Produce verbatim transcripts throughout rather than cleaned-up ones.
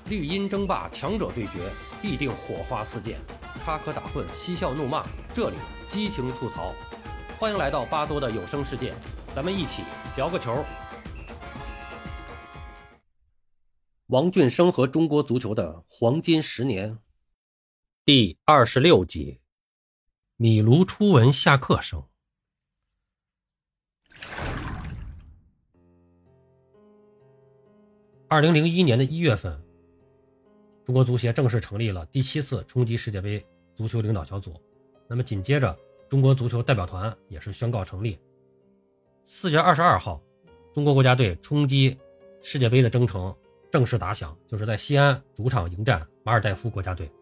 绿茵争霸，强者对决，必定火花四溅，插科打诨，嬉笑怒骂，这里激情吐槽。欢迎来到巴多的有声世界，咱们一起聊个球。王俊生和中国足球的黄金十年，第二十六集，米卢初闻下课声。二零零一年的一月份，中国足协正式成立了第七次冲击世界杯足球领导小组。那么紧接着，中国足球代表团也是宣告成立。四月二十二号，中国国家队冲击世界杯的征程正式打响，就是在西安主场迎战马尔代夫国家队。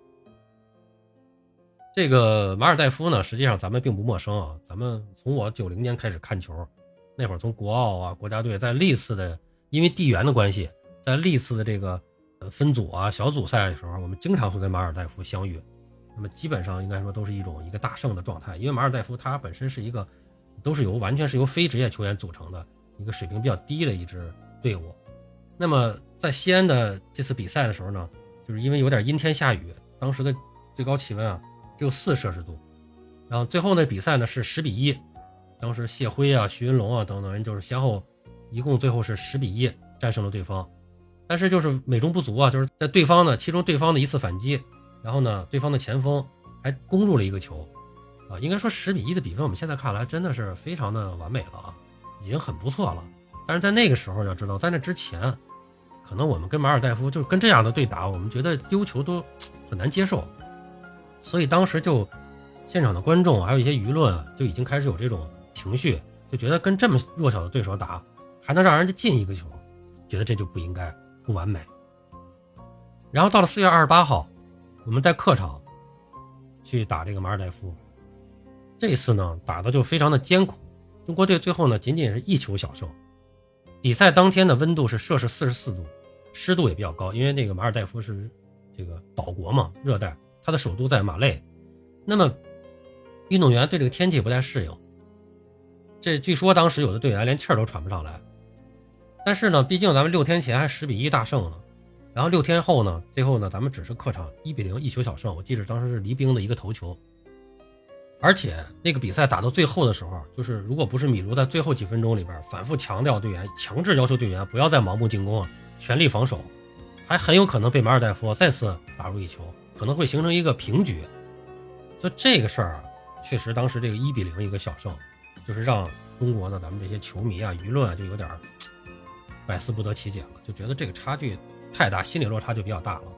这个马尔代夫呢，实际上咱们并不陌生啊。咱们从我九零年开始看球，那会儿从国奥啊、国家队在历次的因为地缘的关系，在历次的这个分组啊、小组赛的时候，我们经常会跟马尔代夫相遇。那么基本上应该说都是一种一个大胜的状态，因为马尔代夫它本身是一个都是由完全是由非职业球员组成的一个水平比较低的一支队伍。那么在西安的这次比赛的时候呢，就是因为有点阴天下雨，当时的最高气温啊只有四摄氏度，然后最后呢比赛呢是十比一，当时谢辉啊、徐云龙啊等等人就是先后一共最后是十比一战胜了对方。但是就是美中不足啊，就是在对方呢，其中对方的一次反击，然后呢，对方的前锋还攻入了一个球，啊，应该说十比一的比分，我们现在看来真的是非常的完美了啊，已经很不错了。但是在那个时候要知道，在那之前，可能我们跟马尔代夫就是跟这样的对打，我们觉得丢球都很难接受，所以当时就现场的观众还有一些舆论就已经开始有这种情绪，就觉得跟这么弱小的对手打，还能让人家进一个球，觉得这就不应该。不完美。然后到了四月二十八号，我们在客场去打这个马尔代夫，这次呢打的就非常的艰苦，中国队最后呢仅仅是一球小胜。比赛当天的温度是摄氏四十四度，湿度也比较高，因为那个马尔代夫是这个岛国嘛，热带，它的首都在马累。那么运动员对这个天气不太适应，这据说当时有的队员连气儿都喘不上来。但是呢，毕竟咱们六天前还十比一大胜了，然后六天后呢，最后呢，咱们只是客场一比零一球小胜。我记得当时是黎兵的一个头球，而且那个比赛打到最后的时候，就是如果不是米卢在最后几分钟里边反复强调队员，强制要求队员不要再盲目进攻啊，全力防守，还很有可能被马尔代夫再次打入一球，可能会形成一个平局。所以这个事儿啊，确实当时这个一比零一个小胜，就是让中国呢，咱们这些球迷啊、舆论啊，就有点百思不得其解了，就觉得这个差距太大，心理落差就比较大了。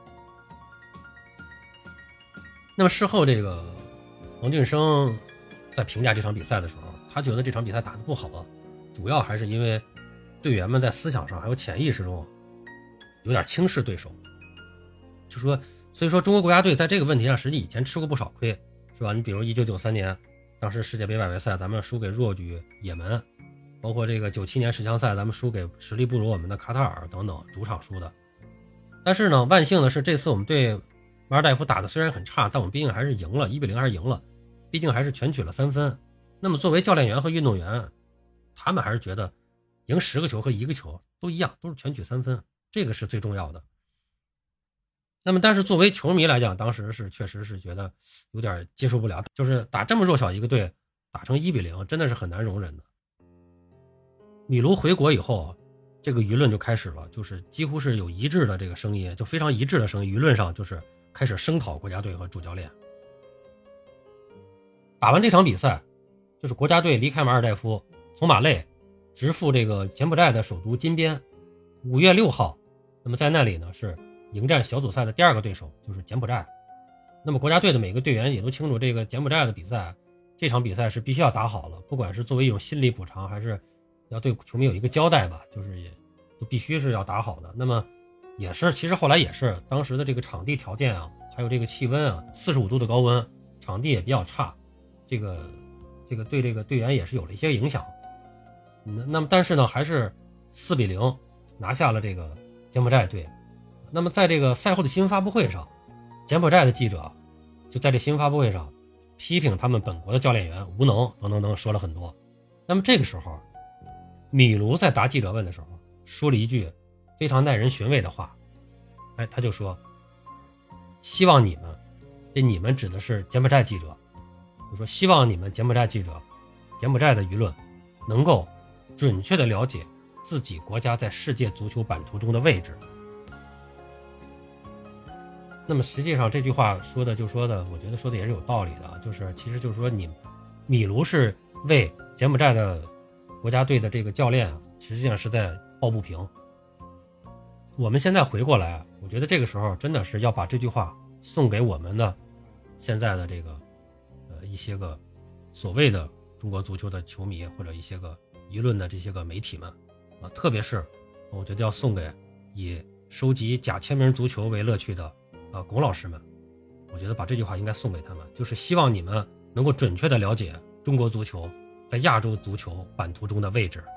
那么事后这个王俊生在评价这场比赛的时候，他觉得这场比赛打得不好，主要还是因为队员们在思想上还有潜意识中有点轻视对手，就说所以说中国国家队在这个问题上实际以前吃过不少亏，是吧？你比如一九九三年当时世界杯外围赛咱们输给弱旅也门，包括这个九七年十强赛咱们输给实力不如我们的卡塔尔等等，主场输的。但是呢，万幸的是这次我们对马尔代夫打的虽然很差，但我们毕竟还是赢了，一比零还是赢了，毕竟还是全取了三分。那么作为教练员和运动员，他们还是觉得赢十个球和一个球都一样，都是全取三分，这个是最重要的。那么但是作为球迷来讲，当时是确实是觉得有点接受不了，就是打这么弱小一个队打成一比零，真的是很难容忍的。米卢回国以后，这个舆论就开始了，就是几乎是有一致的这个声音，就非常一致的声音，舆论上就是开始声讨国家队和主教练。打完这场比赛，就是国家队离开马尔代夫，从马累直赴这个柬埔寨的首都金边。五月六号，那么在那里呢是迎战小组赛的第二个对手，就是柬埔寨。那么国家队的每个队员也都清楚，这个柬埔寨的比赛，这场比赛是必须要打好了，不管是作为一种心理补偿，还是要对球迷有一个交代吧，就是也就必须是要打好的。那么也是其实后来也是当时的这个场地条件啊，还有这个气温啊，四十五度的高温，场地也比较差，这个这个对这个队员也是有了一些影响。那么但是呢还是四比零拿下了这个柬埔寨队。那么在这个赛后的新闻发布会上，柬埔寨的记者就在这新闻发布会上批评他们本国的教练员无能等等等说了很多。那么这个时候米卢在答记者问的时候说了一句非常耐人寻味的话， 哎，他就说希望你们，这你们指的是柬埔寨记者，就说希望你们柬埔寨记者，柬埔寨的舆论能够准确的了解自己国家在世界足球版图中的位置。那么实际上这句话说的就说的，我觉得说的也是有道理的，就是其实就是说你米卢是为柬埔寨的国家队的这个教练啊，实际上是在抱不平。我们现在回过来，我觉得这个时候真的是要把这句话送给我们的现在的这个呃一些个所谓的中国足球的球迷或者一些个舆论的这些个媒体们啊，特别是我觉得要送给以收集假签名足球为乐趣的啊龚老师们，我觉得把这句话应该送给他们，就是希望你们能够准确的了解中国足球在亚洲足球版图中的位置，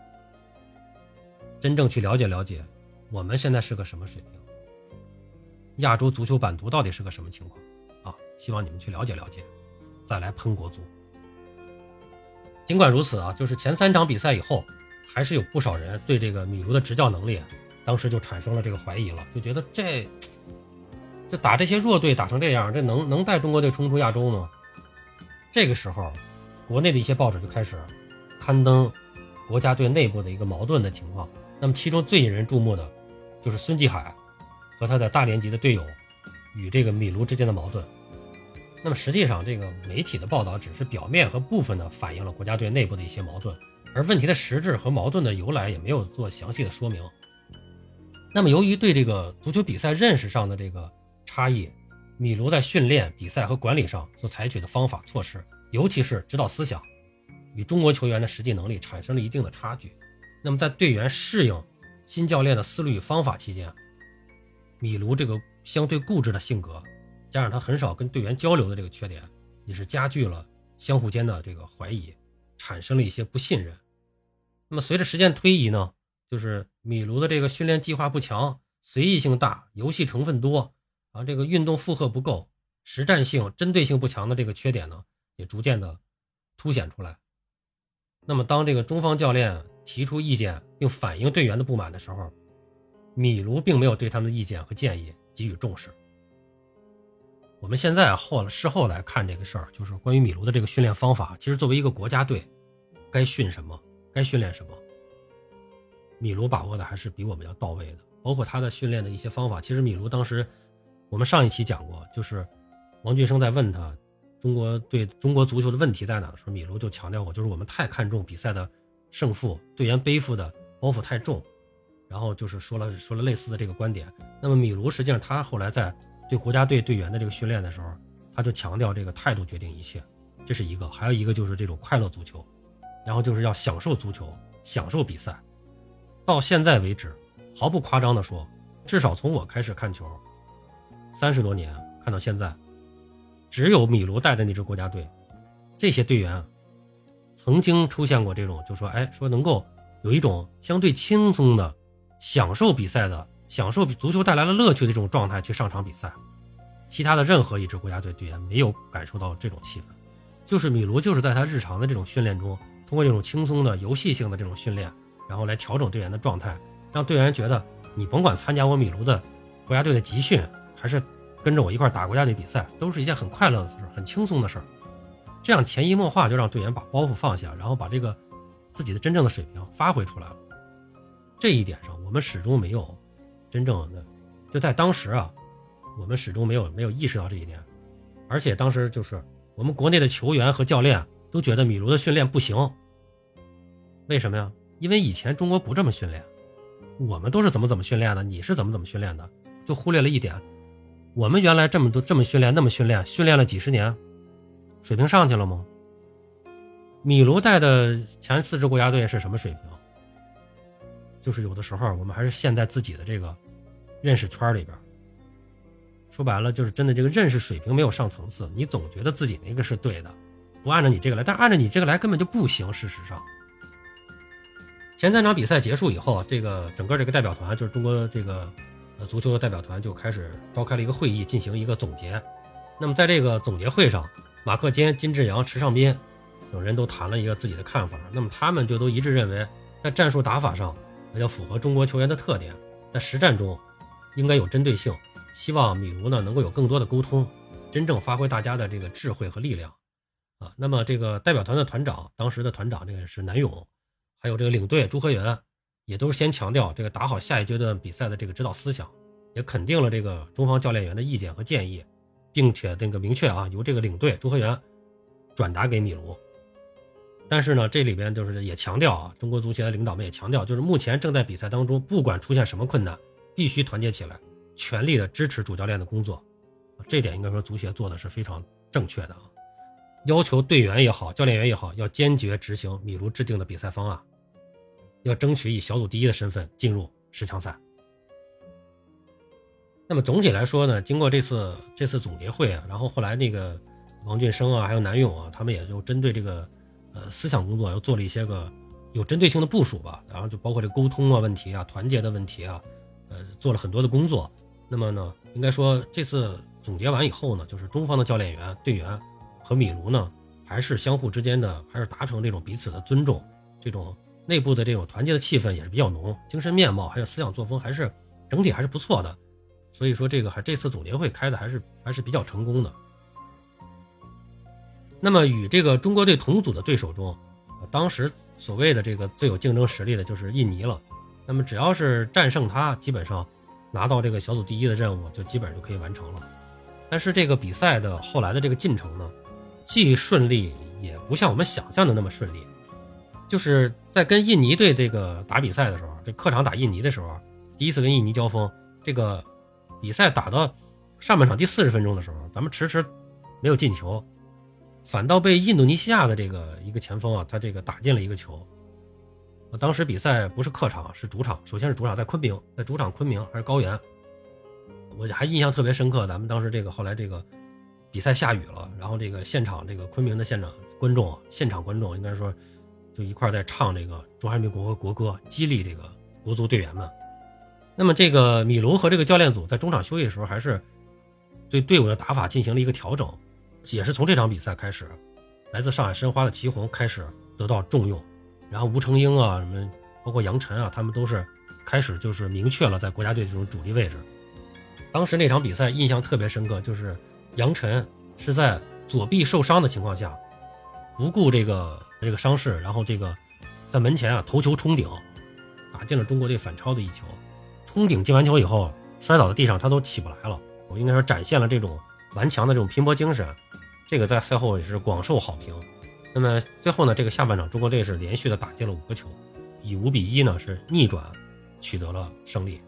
真正去了解了解我们现在是个什么水平，亚洲足球版图到底是个什么情况啊？希望你们去了解了解，再来喷国足。尽管如此啊，就是前三场比赛以后，还是有不少人对这个米卢的执教能力，当时就产生了这个怀疑了，就觉得这就打这些弱队打成这样，这能能带中国队冲出亚洲吗？这个时候，国内的一些报纸就开始刊登国家队内部的一个矛盾的情况。那么其中最引人注目的就是孙继海和他的大连籍的队友与这个米卢之间的矛盾。那么实际上这个媒体的报道只是表面和部分的反映了国家队内部的一些矛盾，而问题的实质和矛盾的由来也没有做详细的说明。那么由于对这个足球比赛认识上的这个差异，米卢在训练、比赛和管理上所采取的方法措施，尤其是指导思想，与中国球员的实际能力产生了一定的差距。那么在队员适应新教练的思路与方法期间，米卢这个相对固执的性格，加上他很少跟队员交流的这个缺点，也是加剧了相互间的这个怀疑，产生了一些不信任。那么随着时间推移呢，就是米卢的这个训练计划不强，随意性大，游戏成分多啊，这个运动负荷不够，实战性、针对性不强的这个缺点呢，也逐渐的凸显出来。那么当这个中方教练提出意见并反映队员的不满的时候，米卢并没有对他们的意见和建议给予重视。我们现在后事后来看这个事儿，就是关于米卢的这个训练方法，其实作为一个国家队，该训什么，该训练什么，米卢把握的还是比我们要到位的。包括他的训练的一些方法，其实米卢当时我们上一期讲过，就是王俊生在问他中国对中国足球的问题在哪的时候，米卢就强调过，就是我们太看重比赛的胜负，队员背负的包袱太重，然后就是说了说了类似的这个观点。那么米卢实际上他后来在对国家队队员的这个训练的时候，他就强调这个态度决定一切，这是一个。还有一个就是这种快乐足球，然后就是要享受足球，享受比赛。到现在为止，毫不夸张的说，至少从我开始看球三十多年看到现在，只有米卢带的那支国家队，这些队员曾经出现过这种就说哎说能够有一种相对轻松的享受比赛的享受足球带来了乐趣的这种状态去上场比赛。其他的任何一支国家队队员没有感受到这种气氛，就是米卢就是在他日常的这种训练中，通过这种轻松的游戏性的这种训练，然后来调整队员的状态，让队员觉得你甭管参加我米卢的国家队的集训，还是跟着我一块打国家队比赛，都是一件很快乐的事，很轻松的事儿。这样潜移默化就让队员把包袱放下，然后把这个自己的真正的水平发挥出来了。这一点上我们始终没有真正的，就在当时啊，我们始终没有没有意识到这一点。而且当时就是我们国内的球员和教练都觉得米卢的训练不行。为什么呀？因为以前中国不这么训练，我们都是怎么怎么训练的，你是怎么怎么训练的，就忽略了一点，我们原来这么多这么训练那么训练，训练了几十年，水平上去了吗？米卢带的前四支国家队是什么水平？就是有的时候我们还是陷在自己的这个认识圈里边，说白了就是真的这个认识水平没有上层次，你总觉得自己那个是对的，不按照你这个来，但按照你这个来根本就不行。事实上前三场比赛结束以后，这个整个这个代表团就是中国这个呃足球的代表团就开始召开了一个会议，进行一个总结。那么在这个总结会上，马克坚、金志扬、池尚斌等人都谈了一个自己的看法。那么他们就都一致认为，在战术打法上要符合中国球员的特点，在实战中应该有针对性，希望米卢呢能够有更多的沟通，真正发挥大家的这个智慧和力量啊。那么这个代表团的团长，当时的团长这个是南勇，还有这个领队朱和元，也都是先强调这个打好下一阶段比赛的这个指导思想，也肯定了这个中方教练员的意见和建议，并且这个明确啊由这个领队朱和元转达给米卢。但是呢，这里边就是也强调啊，中国足协的领导们也强调，就是目前正在比赛当中，不管出现什么困难，必须团结起来，全力的支持主教练的工作。这点应该说足协做的是非常正确的啊，要求队员也好，教练员也好，要坚决执行米卢制定的比赛方案，要争取以小组第一的身份进入十强赛。那么总体来说呢，经过这次这次总结会啊，然后后来那个王俊生啊，还有南勇啊，他们也就针对这个呃思想工作又做了一些个有针对性的部署吧，然后就包括这沟通啊问题啊、团结的问题啊，呃做了很多的工作。那么呢，应该说这次总结完以后呢，就是中方的教练员、队员和米卢呢，还是相互之间的还是达成这种彼此的尊重，这种内部的这种团结的气氛也是比较浓，精神面貌还有思想作风还是整体还是不错的。所以说这个还这次总结会开的还是还是比较成功的。那么与这个中国队同组的对手中，当时所谓的这个最有竞争实力的就是印尼了。那么只要是战胜他，基本上拿到这个小组第一的任务就基本上就可以完成了。但是这个比赛的后来的这个进程呢，既顺利也不像我们想象的那么顺利。就是在跟印尼队这个打比赛的时候，这客场打印尼的时候，第一次跟印尼交锋，这个比赛打到上半场第四十分钟的时候，咱们迟迟没有进球，反倒被印度尼西亚的这个一个前锋啊，他这个打进了一个球。当时比赛不是客场，是主场，首先是主场在昆明，在主场昆明还是高原。我还印象特别深刻，咱们当时这个后来这个比赛下雨了，然后这个现场这个昆明的现场观众啊，现场观众应该说就一块在唱这个中华人民共和国国歌，激励这个国足队员们。那么这个米卢和这个教练组在中场休息的时候，还是对队伍的打法进行了一个调整，也是从这场比赛开始，来自上海申花的祁宏开始得到重用，然后吴成英啊，什么包括杨晨啊，他们都是开始就是明确了在国家队这种主力位置。当时那场比赛印象特别深刻，就是杨晨是在左臂受伤的情况下，不顾这个这个伤势，然后这个在门前啊头球冲顶，打进了中国队反超的一球。冲顶进完球以后，摔倒在地上他都起不来了。我应该说展现了这种顽强的这种拼搏精神，这个在赛后也是广受好评。那么最后呢，这个下半场中国队是连续的打进了五个球，以五比一呢是逆转取得了胜利。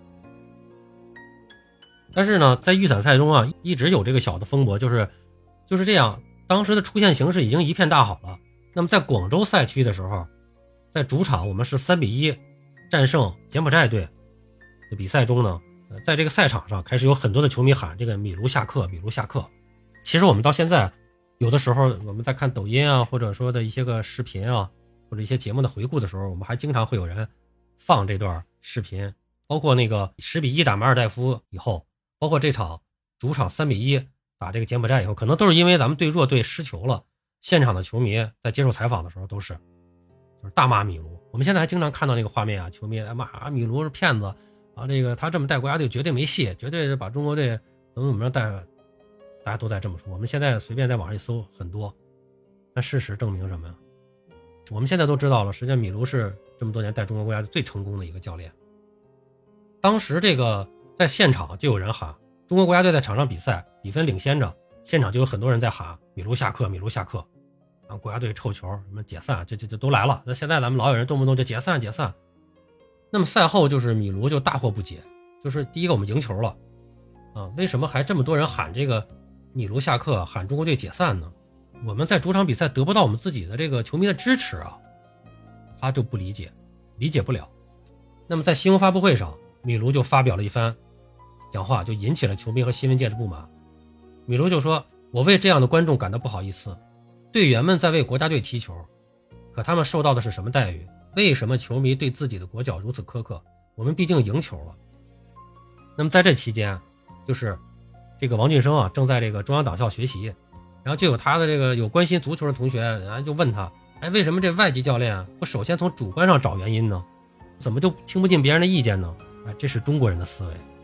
但是呢，在预赛赛中啊，一直有这个小的风波，就是就是这样，当时的出线形势已经一片大好了。那么在广州赛区的时候，在主场我们是三比一战胜柬埔寨队的比赛中呢，在这个赛场上开始有很多的球迷喊这个米卢下课，米卢下课。其实我们到现在有的时候我们在看抖音啊，或者说的一些个视频啊，或者一些节目的回顾的时候，我们还经常会有人放这段视频，包括那个十比一打马尔代夫以后，包括这场主场三比一打这个柬埔寨以后，可能都是因为咱们对弱队失球了，现场的球迷在接受采访的时候都是就是大骂米卢。我们现在还经常看到那个画面啊，球迷骂啊米卢是骗子啊，这个他这么带国家队绝对没戏，绝对是把中国队怎么怎么着带，大家都在这么说。我们现在随便在网上一搜很多，但事实证明什么呀？我们现在都知道了，实际上米卢是这么多年带中国国家队最成功的一个教练。当时这个在现场就有人喊中国国家队在场上比赛，比分领先着，现场就有很多人在喊米卢下课，米卢下课，然后国家队臭球，什么解散，这这这都来了。那现在咱们老有人动不动就解散解散。那么赛后就是米卢就大惑不解，就是第一个我们赢球了啊，为什么还这么多人喊这个米卢下课，喊中国队解散呢？我们在主场比赛得不到我们自己的这个球迷的支持啊，他就不理解，理解不了。那么在新闻发布会上，米卢就发表了一番讲话，就引起了球迷和新闻界的不满。米卢就说，我为这样的观众感到不好意思，队员们在为国家队踢球，可他们受到的是什么待遇？为什么球迷对自己的国脚如此苛刻？我们毕竟赢球了。那么在这期间，就是这个王俊生啊，正在这个中央党校学习，然后就有他的这个有关心足球的同学，然后就问他，哎，为什么这外籍教练不首先从主观上找原因呢？怎么就听不进别人的意见呢？哎，这是中国人的思维。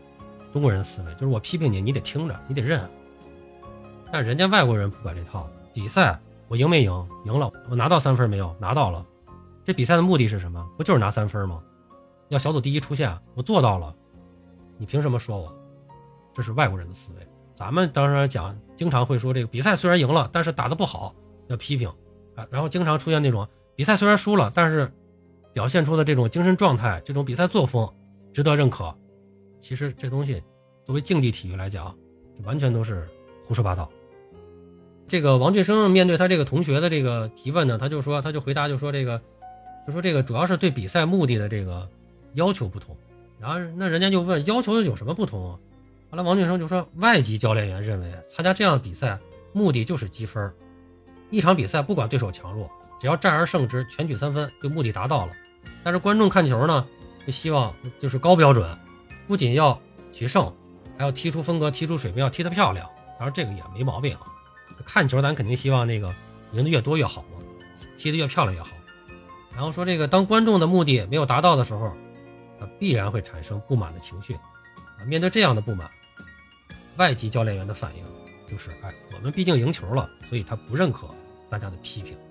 中国人思维，就是我批评你，你得听着，你得认。但人家外国人不管这套，比赛我赢没赢？赢了，我拿到三分没有？拿到了。这比赛的目的是什么？不就是拿三分吗？要小组第一出现，我做到了，你凭什么说我？这是外国人的思维。咱们当然讲，经常会说这个比赛虽然赢了，但是打得不好，要批评啊。然后经常出现那种比赛虽然输了，但是表现出的这种精神状态，这种比赛作风值得认可。其实这东西作为竞技体育来讲，完全都是胡说八道。这个王俊生面对他这个同学的这个提问呢，他就说，他就回答就说这个，就说这个主要是对比赛目的的这个要求不同。然后那人家就问要求有什么不同啊？后来王俊生就说，外籍教练员认为参加这样的比赛目的就是积分，一场比赛不管对手强弱，只要战而胜之，全取三分，就目的达到了。但是观众看球呢，就希望就是高标准，不仅要取胜，还要踢出风格，踢出水平，要踢得漂亮。当然这个也没毛病啊，看球咱肯定希望那个赢得越多越好嘛，踢得越漂亮越好。然后说这个当观众的目的没有达到的时候，啊，必然会产生不满的情绪啊。面对这样的不满，外籍教练员的反应就是，哎，我们毕竟赢球了，所以他不认可大家的批评。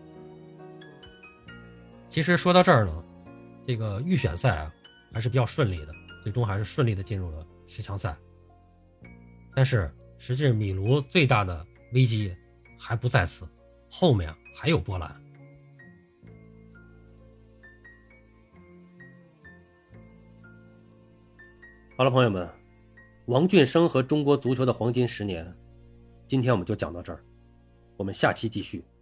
其实说到这儿呢，这个预选赛啊还是比较顺利的，最终还是顺利的进入了十强赛。但是实际米卢最大的危机还不在此，后面还有波澜。好了，朋友们，王俊生和中国足球的黄金十年，今天我们就讲到这儿，我们下期继续。